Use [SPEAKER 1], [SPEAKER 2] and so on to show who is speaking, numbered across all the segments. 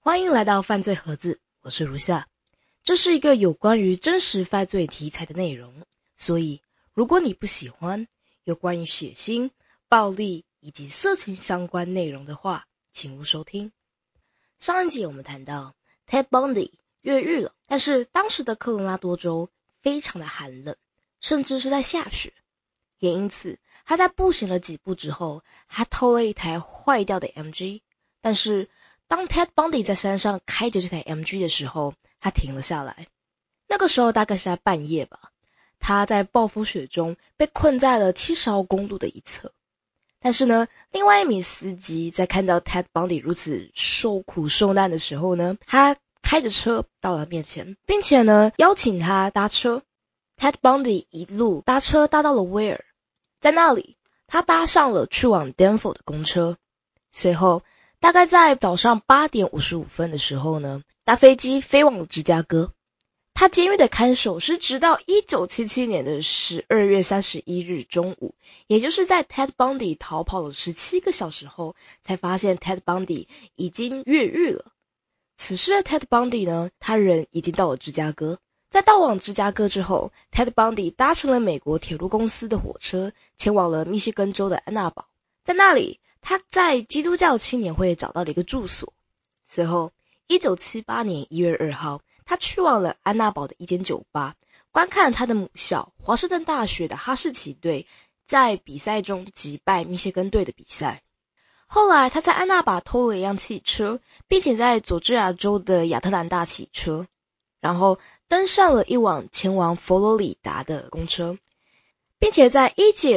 [SPEAKER 1] 欢迎来到犯罪盒子，我是如夏。这是一个有关于真实犯罪题材的内容，所以如果你不喜欢有关于血腥、暴力以及色情相关内容的话，请勿收听。上一集我们谈到 Ted Bundy 越狱了，但是当时的科罗拉多州非常的寒冷，甚至是在下雪，也因此他在步行了几步之后，他偷了一台坏掉的 MG， 但是当 Ted Bundy 在山上开着这台 MG 的时候，他停了下来。那个时候大概是在半夜吧，他在暴风雪中被困在了70号公路的一侧。但是呢，另外一名司机在看到 Ted Bundy 如此受苦受难的时候呢，他开着车到了面前，并且呢邀请他搭车。Ted Bundy 一路搭车搭到了威尔，在那里他搭上了去往 Denver 的公车。随后大概在早上8点55分的时候呢，搭飞机飞往了芝加哥。他监狱的看守是直到1977年的12月31日中午，也就是在 Ted Bundy 逃跑了17个小时后，才发现 Ted Bundy 已经越狱了。此时的 Ted Bundy 呢，他人已经到了芝加哥。在到往芝加哥之后， Ted Bundy 搭乘了美国铁路公司的火车，前往了密歇根州的安娜堡。在那里，他在基督教青年会找到了一个住所。随后1978年1月2号，他去往了安娜堡的一间酒吧，观看他的母校华盛顿大学的哈士奇队在比赛中击败密歇根队的比赛。后来他在安娜堡偷了一辆汽车，并且在佐治亚州的亚特兰大骑车，然后登上了一往前往佛罗里达的公车，并且在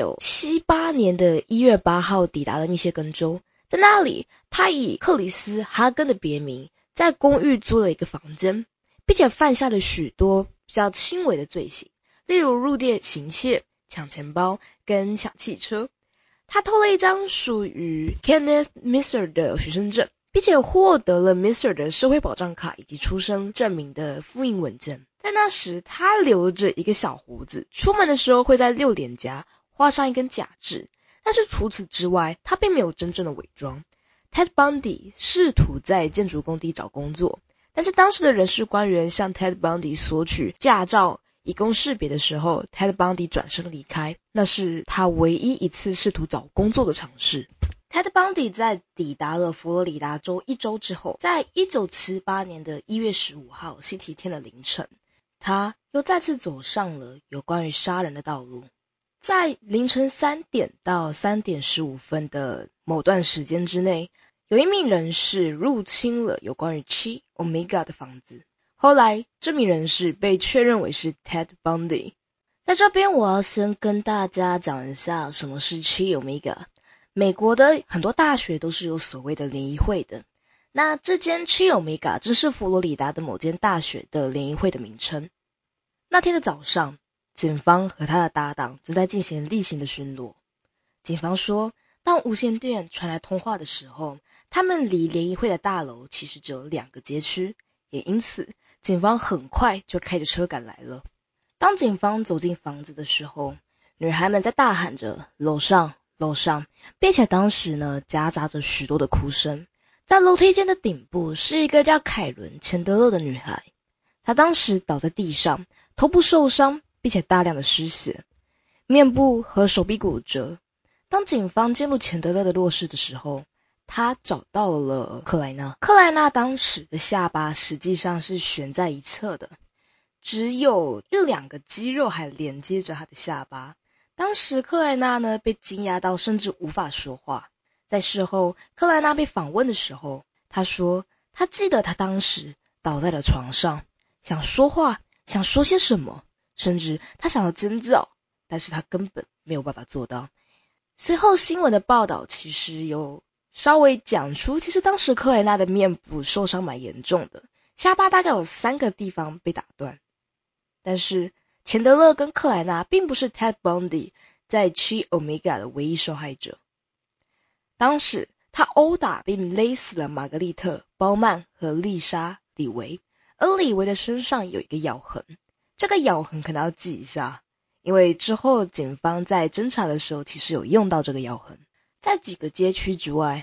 [SPEAKER 1] 1978年的1月8号抵达了密歇根州。在那里他以克里斯哈根的别名在公寓租了一个房间，并且犯下了许多比较轻微的罪行，例如入店行窃、抢钱包跟抢汽车。他偷了一张属于 Kenneth Mr. 的学生证，并且获得了 Mr. 的社会保障卡以及出生证明的复印文件。在那时他留着一个小胡子，出门的时候会在6脸颊画上一根假痣，但是除此之外他并没有真正的伪装。 Ted Bundy 试图在建筑工地找工作，但是当时的人事官员向 Ted Bundy 索取驾照以供识别的时候， Ted Bundy 转身离开，那是他唯一一次试图找工作的尝试。Ted Bundy 在抵达了佛罗里达州1周之后，在1978年的1月15号星期天的凌晨，他又再次走上了有关于杀人的道路。在凌晨3点到3点15分的某段时间之内，有一名人士入侵了有关于Chi Omega 的房子。后来这名人士被确认为是 Ted Bundy。 在这边我要先跟大家讲一下什么是 Chi Omega。 美国的很多大学都是有所谓的联谊会的，那这间 Chi Omega 正是佛罗里达的某间大学的联谊会的名称。那天的早上，警方和他的搭档正在进行例行的巡逻。警方说，当无线电传来通话的时候，他们离联谊会的大楼其实只有2个街区，也因此警方很快就开着车赶来了。当警方走进房子的时候，女孩们在大喊着楼上楼上，并且当时呢夹杂着许多的哭声。在楼梯间的顶部是一个叫凯伦·钱德勒的女孩，她当时倒在地上，头部受伤并且大量的失血，面部和手臂骨折。当警方进入钱德勒的卧室的时候，他找到了克莱纳。克莱纳当时的下巴实际上是悬在一侧的，只有1-2个肌肉还连接着他的下巴。当时克莱纳呢被惊讶到甚至无法说话。在事后克莱纳被访问的时候，他说他记得他当时倒在了床上，想说话，想说些什么，甚至他想要尖叫，但是他根本没有办法做到。随后新闻的报道其实有稍微讲出，其实当时克莱纳的面部受伤蛮严重的，下巴大概有3个地方被打断。但是钱德勒跟克莱纳并不是 Ted Bundy 在 Chi Omega 的唯一受害者。当时他殴打并勒死了玛格丽特·褒曼和丽莎·李维，而李维的身上有一个咬痕，这个咬痕可能要记一下，因为之后警方在侦查的时候其实有用到这个咬痕。在几个街区之外，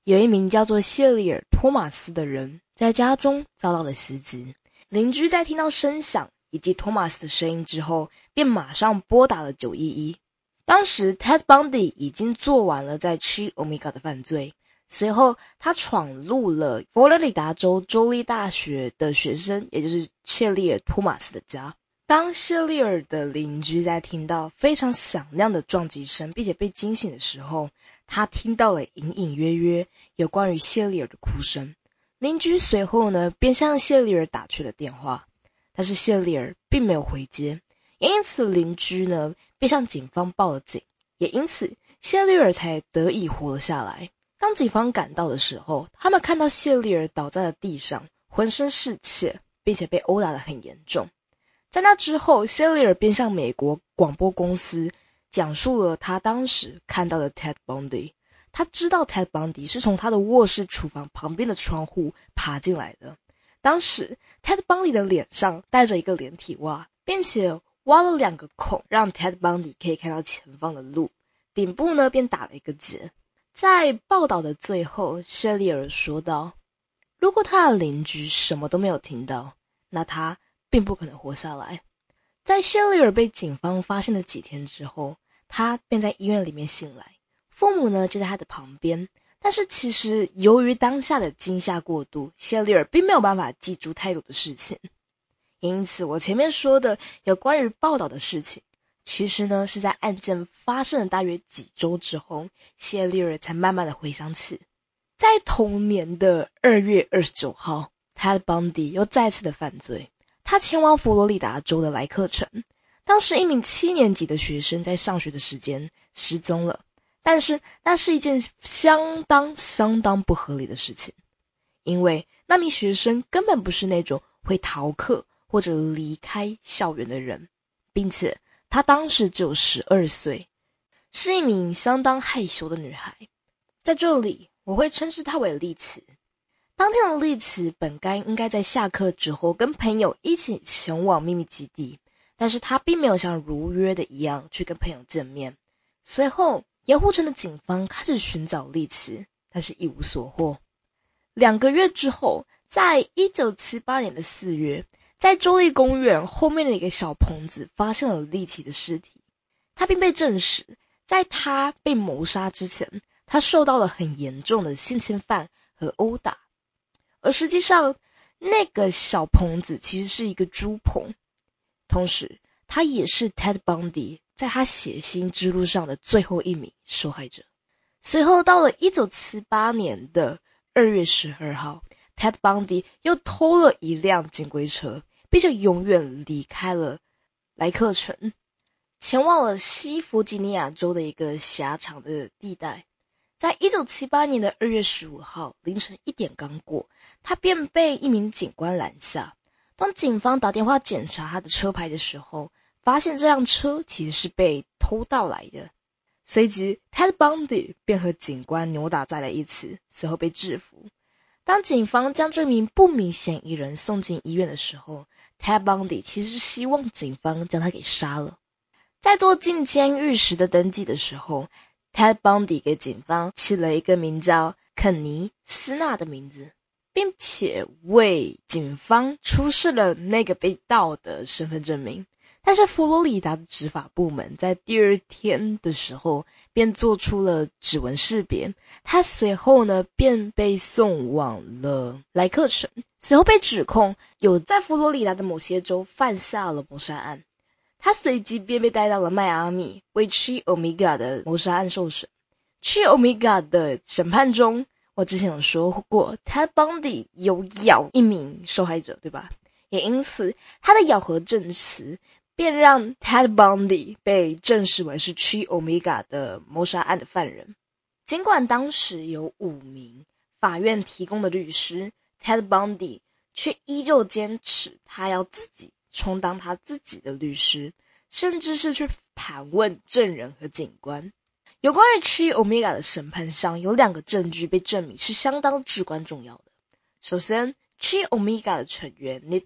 [SPEAKER 1] 有一名叫做谢利尔·托马斯的人在家中遭到了袭击。邻居在听到声响以及托马斯的声音之后，便马上拨打了911。当时 Ted Bundy 已经做完了在Chi Omega 的犯罪，随后他闯入了佛罗里达州州立大学的学生，也就是谢利尔·托马斯的家。当谢利尔的邻居在听到非常响亮的撞击声并且被惊醒的时候，他听到了隐隐约约有关于谢利尔的哭声。邻居随后呢便向谢利尔打去了电话，但是谢利尔并没有回接，也因此邻居呢便向警方报了警，也因此谢利尔才得以活了下来。当警方赶到的时候，他们看到谢利尔倒在了地上，浑身是血，并且被殴打得很严重。在那之后，谢利尔便向美国广播公司讲述了他当时看到的 Ted Bundy。他知道 Ted Bundy 是从他的卧室厨房旁边的窗户爬进来的。当时 Ted Bundy 的脸上戴着一个连体袜，并且挖了2个孔，让 Ted Bundy 可以看到前方的路，顶部呢便打了一个结。在报道的最后，谢利尔说道，如果他的邻居什么都没有听到，那他并不可能活下来。在谢利尔被警方发现的几天之后，他便在医院里面醒来，父母呢就在他的旁边，但是其实由于当下的惊吓过度，谢利尔并没有办法记住太多的事情。因此我前面说的有关于报道的事情，其实呢是在案件发生了大约几周之后，谢利尔才慢慢的回想起。在同年的2月29号 Ted Bundy 又再次的犯罪，他前往佛罗里达州的莱克城。当时一名7年级的学生在上学的时间失踪了，但是那是一件相当不合理的事情，因为那名学生根本不是那种会逃课或者离开校园的人，并且她当时只有12岁，是一名相当害羞的女孩。在这里我会称之她为丽奇。当天的丽奇本应该在下课之后跟朋友一起前往秘密基地，但是她并没有像如约的一样去跟朋友见面。随后盐湖城的警方开始寻找丽奇，但是一无所获。2个月之后，在1978年的4月，在州立公园后面的一个小棚子发现了丽奇的尸体。她并被证实，在她被谋杀之前，她受到了很严重的性侵犯和殴打。而实际上，那个小棚子其实是一个猪棚，同时他也是 Ted Bundy 在他血腥之路上的最后一名受害者。随后到了1978年的2月12号 Ted Bundy 又偷了一辆警归车，并且永远离开了莱克城，前往了西弗吉尼亚州的一个狭长的地带。在1978年的2月15号凌晨1点刚过，他便被一名警官拦下。当警方打电话检查他的车牌的时候，发现这辆车其实是被偷盗来的。随即 Ted Bundy 便和警官扭打在了一起，随后被制服。当警方将这名不明嫌疑人送进医院的时候， Ted Bundy 其实是希望警方将他给杀了。在做进监狱时的登记的时候， Ted Bundy 给警方起了一个名叫肯尼斯纳的名字，并且为警方出示了那个被盗的身份证明。但是佛罗里达的执法部门在第2天的时候便做出了指纹识别，他随后呢便被送往了莱克城，随后被指控有在佛罗里达的某些州犯下了谋杀案。他随即便被带到了迈阿密，为 Chi Omega 的谋杀案受审。Chi Omega 的审判中，我之前有说过 Ted Bundy 有咬一名受害者，对吧？也因此他的咬合证词便让 Ted Bundy 被证实为是 Chi Omega 的谋杀案的犯人。尽管当时有5名法院提供的律师， Ted Bundy 却依旧坚持他要自己充当他自己的律师，甚至是去盘问证人和警官。有关于 Chi Omega 的审判上，有2个证据被证明是相当至关重要的。首先， Chi Omega 的成员 Nita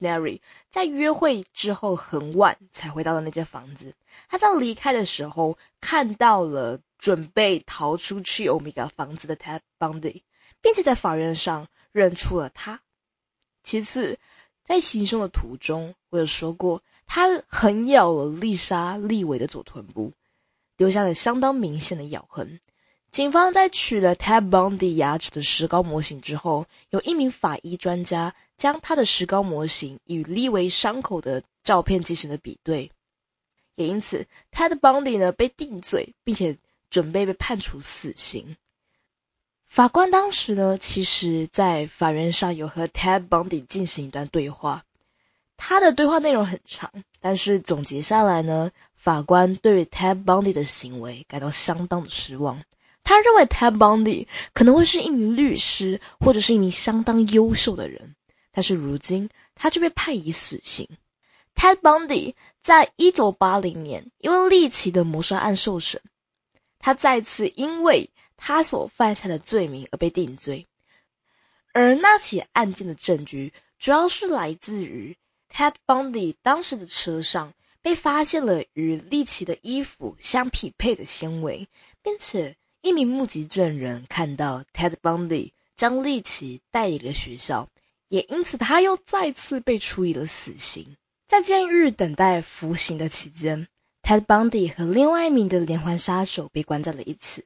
[SPEAKER 1] Neri 在约会之后很晚才回到了那间房子。他在离开的时候看到了准备逃出去 Omega 房子的 Ted Bundy， 并且在法院上认出了他。其次，在行凶的途中，我有说过他横咬了丽莎·利维的左臀部，留下了相当明显的咬痕。警方在取了 Ted Bundy 牙齿的石膏模型之后，有一名法医专家将他的石膏模型与利维伤口的照片进行了比对，也因此 Ted Bundy 呢被定罪，并且准备被判处死刑。法官当时呢，其实在法院上有和 Ted Bundy 进行一段对话，他的对话内容很长，但是总结下来呢，法官对于 Ted Bundy 的行为感到相当的失望。他认为 Ted Bundy 可能会是一名律师，或者是一名相当优秀的人，但是如今他却被判以死刑。Ted Bundy 在1980年因为利奇的谋杀案受审，他再次因为他所犯下的罪名而被定罪，而那起案件的证据主要是来自于 Ted Bundy 当时的车上被发现了与利奇的衣服相匹配的纤维，并且一名目击证人看到 Ted Bundy 将利奇带离了学校，也因此他又再次被处以了死刑。在监狱等待服刑的期间， Ted Bundy 和另外一名的连环杀手被关在了一起。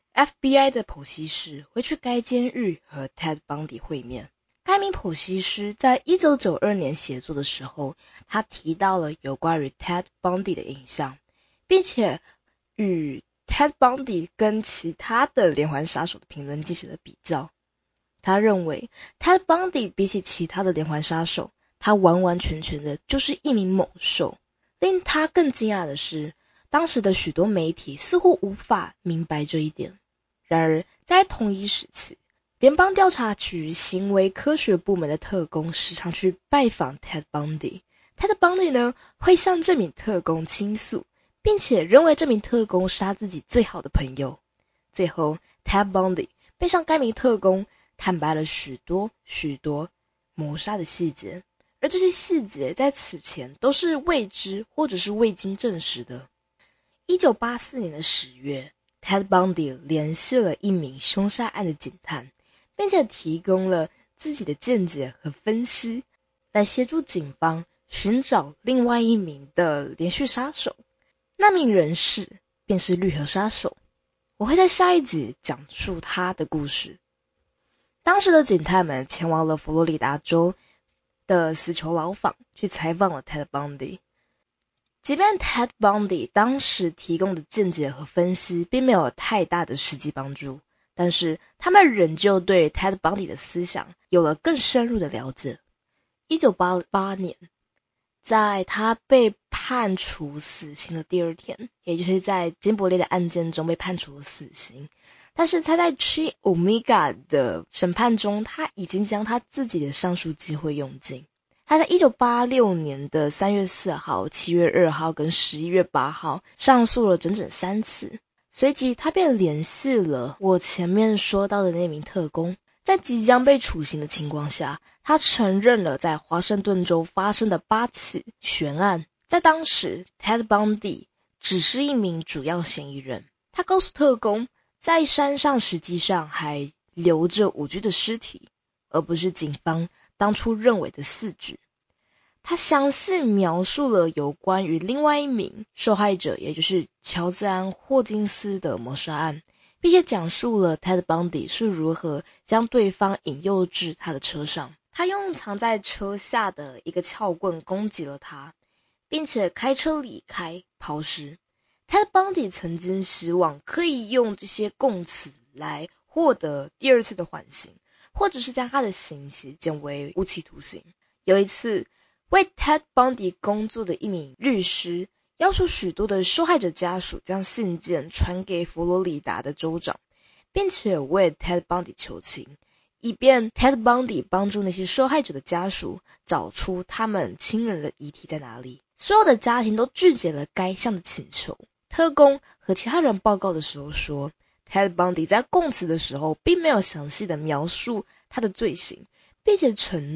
[SPEAKER 1] FBI 的剖析师会去该监狱和 Ted Bundy 会面。该名剖析师在1992年写作的时候，他提到了有关于 Ted Bundy 的印象，并且与Ted Bundy 跟其他的连环杀手的评论进行了比较。他认为 Ted Bundy 比起其他的连环杀手，他完完全全的就是一名猛兽。令他更惊讶的是，当时的许多媒体似乎无法明白这一点。然而在同一时期，联邦调查局行为科学部门的特工时常去拜访 Ted Bundy。Ted Bundy 呢，会向这名特工倾诉，并且认为这名特工是他自己最好的朋友。最后 Ted Bundy 被向该名特工坦白了许多谋杀的细节，而这些细节在此前都是未知或者是未经证实的。1984年的10月， Ted Bundy 联系了一名凶杀案的警探，并且提供了自己的见解和分析，来协助警方寻找另外一名的连续杀手。那名人士便是绿河杀手。我会在下一集讲述他的故事。当时的警探们前往了佛罗里达州的死囚牢房，去采访了 Ted Bundy。即便 Ted Bundy 当时提供的见解和分析并没有太大的实际帮助，但是他们仍旧对 Ted Bundy 的思想有了更深入的了解。1988年，在他被判处死刑的第二天，也就是在金伯利的案件中被判处了死刑，但是他在 Chi Omega 的审判中，他已经将他自己的上诉机会用尽。他在1986年的3月4号、7月2号跟11月8号上诉了整整3次。随即他便联系了我前面说到的那名特工，在即将被处刑的情况下，他承认了在华盛顿州发生的8起悬案。在当时 Ted Bundy 只是一名主要嫌疑人。他告诉特工，在山上实际上还留着5具的尸体，而不是警方当初认为的4具。他详细描述了有关于另外一名受害者，也就是乔治安·霍金斯的谋杀案，并且讲述了 Ted Bundy 是如何将对方引诱至他的车上。他用藏在车下的一个撬棍攻击了他，并且开车离开抛尸。Ted Bundy 曾经希望可以用这些供词来获得第二次的缓刑，或者是将他的刑期减为无期徒刑。有一次，为 Ted Bundy 工作的一名律师要求许多的受害者家属将信件传给佛罗里达的州长，并且为 Ted Bundy 求情，以便 Ted Bundy 帮助那些受害者的家属找出他们亲人的遗体在哪里。所有的家庭都拒绝了该项的请求。特工和其他人报告的时候说， Ted Bundy 在供词的时候并没有详细的描述他的罪行，并且承诺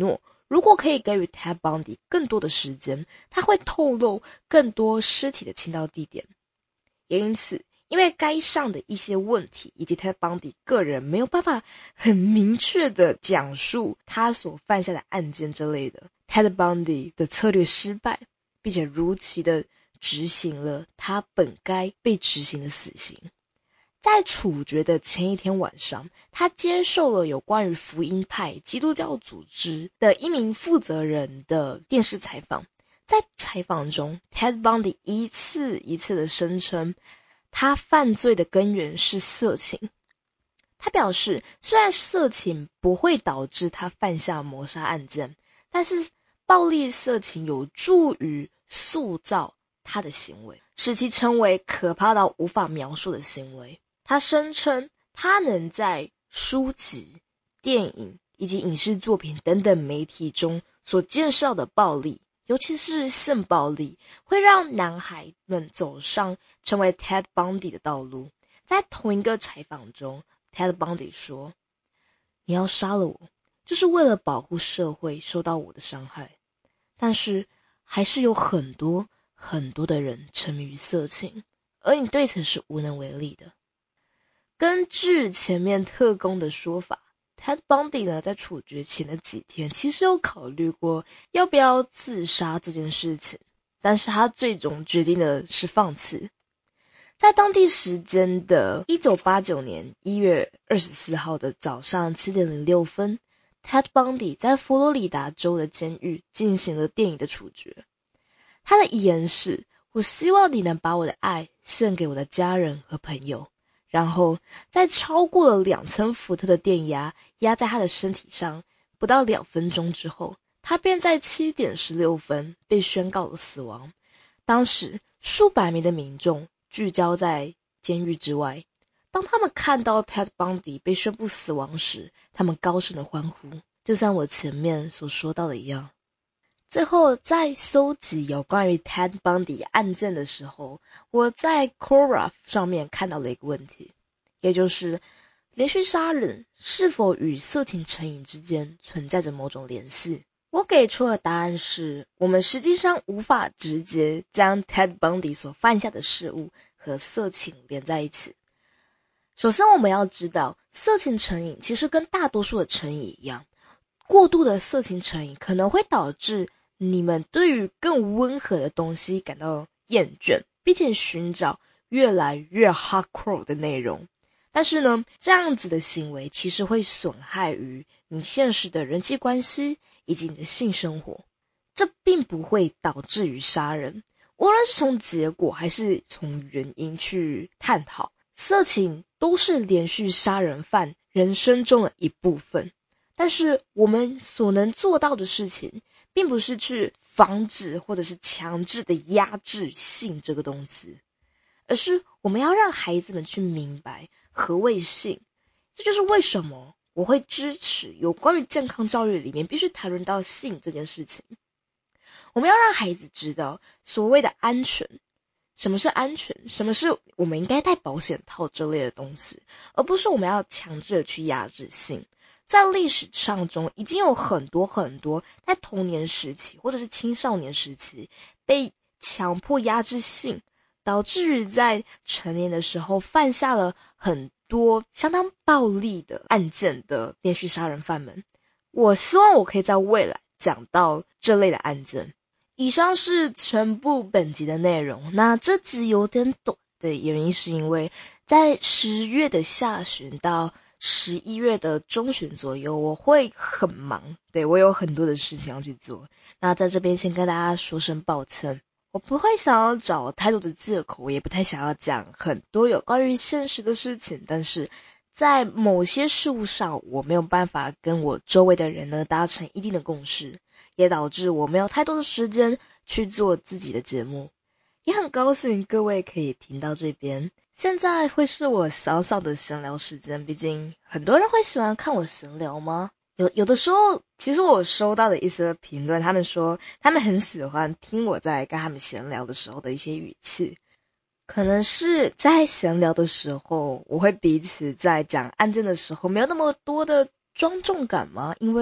[SPEAKER 1] 如果可以给予 Ted Bundy 更多的时间，他会透露更多尸体的倾倒地点。也因此，因为该上的一些问题，以及 Ted Bundy 个人没有办法很明确的讲述他所犯下的案件之类的， Ted Bundy 的策略失败，并且如期的执行了他本该被执行的死刑。在处决的前一天晚上，他接受了有关于福音派基督教组织的一名负责人的电视采访。在采访中， Ted Bundy 一次一次的声称他犯罪的根源是色情。他表示，虽然色情不会导致他犯下谋杀案件，但是暴力色情有助于塑造他的行为，使其成为可怕到无法描述的行为。他声称他能在书籍、电影以及影视作品等等媒体中所介绍的暴力，尤其是性暴力，会让男孩们走上成为 Ted Bundy 的道路。在同一个采访中， Ted Bundy 说，你要杀了我，就是为了保护社会受到我的伤害，但是还是有很多很多的人沉迷于色情，而你对此是无能为力的。根据前面特工的说法， Ted Bundy 呢在处决前的几天其实有考虑过要不要自杀这件事情，但是他最终决定的是放弃。在当地时间的1989年1月24号的早上7点06分， Ted Bundy 在佛罗里达州的监狱进行了电影的处决。他的遗言是，我希望你能把我的爱献给我的家人和朋友。然后在超过了2层伏特的电压压在他的身体上不到2分钟之后，他便在7点16分被宣告了死亡。当时数百名的民众聚焦在监狱之外，当他们看到 Ted Bundy 被宣布死亡时，他们高声的欢呼，就像我前面所说到的一样。最后在搜集有关于 Ted Bundy 案件的时候，我在 Quora 上面看到了一个问题，也就是连续杀人是否与色情成瘾之间存在着某种联系。我给出的答案是，我们实际上无法直接将 Ted Bundy 所犯下的事物和色情连在一起。首先我们要知道，色情成瘾其实跟大多数的成瘾一样，过度的色情成瘾可能会导致你们对于更温和的东西感到厌倦，并且寻找越来越 hardcore 的内容。但是呢，这样子的行为其实会损害于你现实的人际关系以及你的性生活，这并不会导致于杀人。无论是从结果还是从原因去探讨，色情都是连续杀人犯人生中的一部分。但是我们所能做到的事情，并不是去防止或者是强制的压制性这个东西，而是我们要让孩子们去明白何谓性。这就是为什么我会支持有关于健康教育里面必须谈论到性这件事情。我们要让孩子知道所谓的安全，什么是安全，什么是我们应该戴保险套这类的东西，而不是我们要强制的去压制性。在历史上中已经有很多在童年时期或者是青少年时期被强迫压制性，导致于在成年的时候犯下了很多相当暴力的案件的连续杀人犯们。我希望我可以在未来讲到这类的案件。以上是全部本集的内容，那这集有点短的原因是因为在10月的下旬到11月的中旬左右我会很忙，对，我有很多的事情要去做。那在这边先跟大家说声抱歉，我不会想要找太多的借口，我也不太想要讲很多有关于现实的事情，但是在某些事物上我没有办法跟我周围的人呢达成一定的共识，也导致我没有太多的时间去做自己的节目。也很高兴各位可以听到这边，现在会是我小小的闲聊时间，毕竟很多人会喜欢看我闲聊吗？有的时候其实我收到的一些评论，他们说他们很喜欢听我在跟他们闲聊的时候的一些语气，可能是在闲聊的时候我会比起在讲案件的时候没有那么多的庄重感吗？因为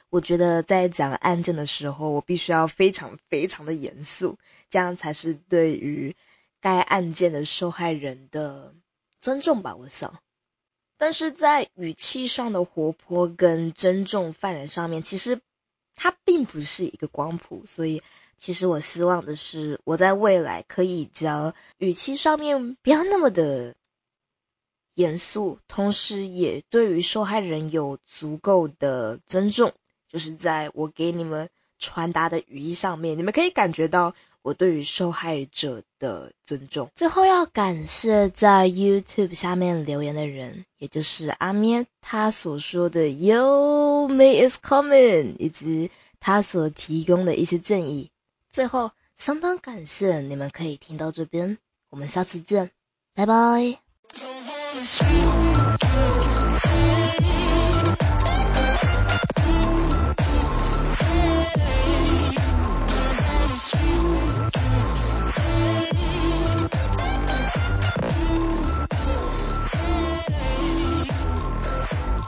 [SPEAKER 1] 我觉得在讲案件的时候，我必须要非常非常的严肃，这样才是对于该案件的受害人的尊重吧，我想。但是在语气上的活泼跟尊重犯人上面，其实它并不是一个光谱，所以其实我希望的是，我在未来可以将语气上面不要那么的严肃，同时也对于受害人有足够的尊重，就是在我给你们传达的语义上面，你们可以感觉到我对于受害者的尊重。最后要感谢在 YouTube 下面留言的人，也就是阿咩他所说的 Yo May is coming 以及他所提供的一些建议。最后相当感谢你们可以听到这边，我们下次见，拜拜。Don't wanna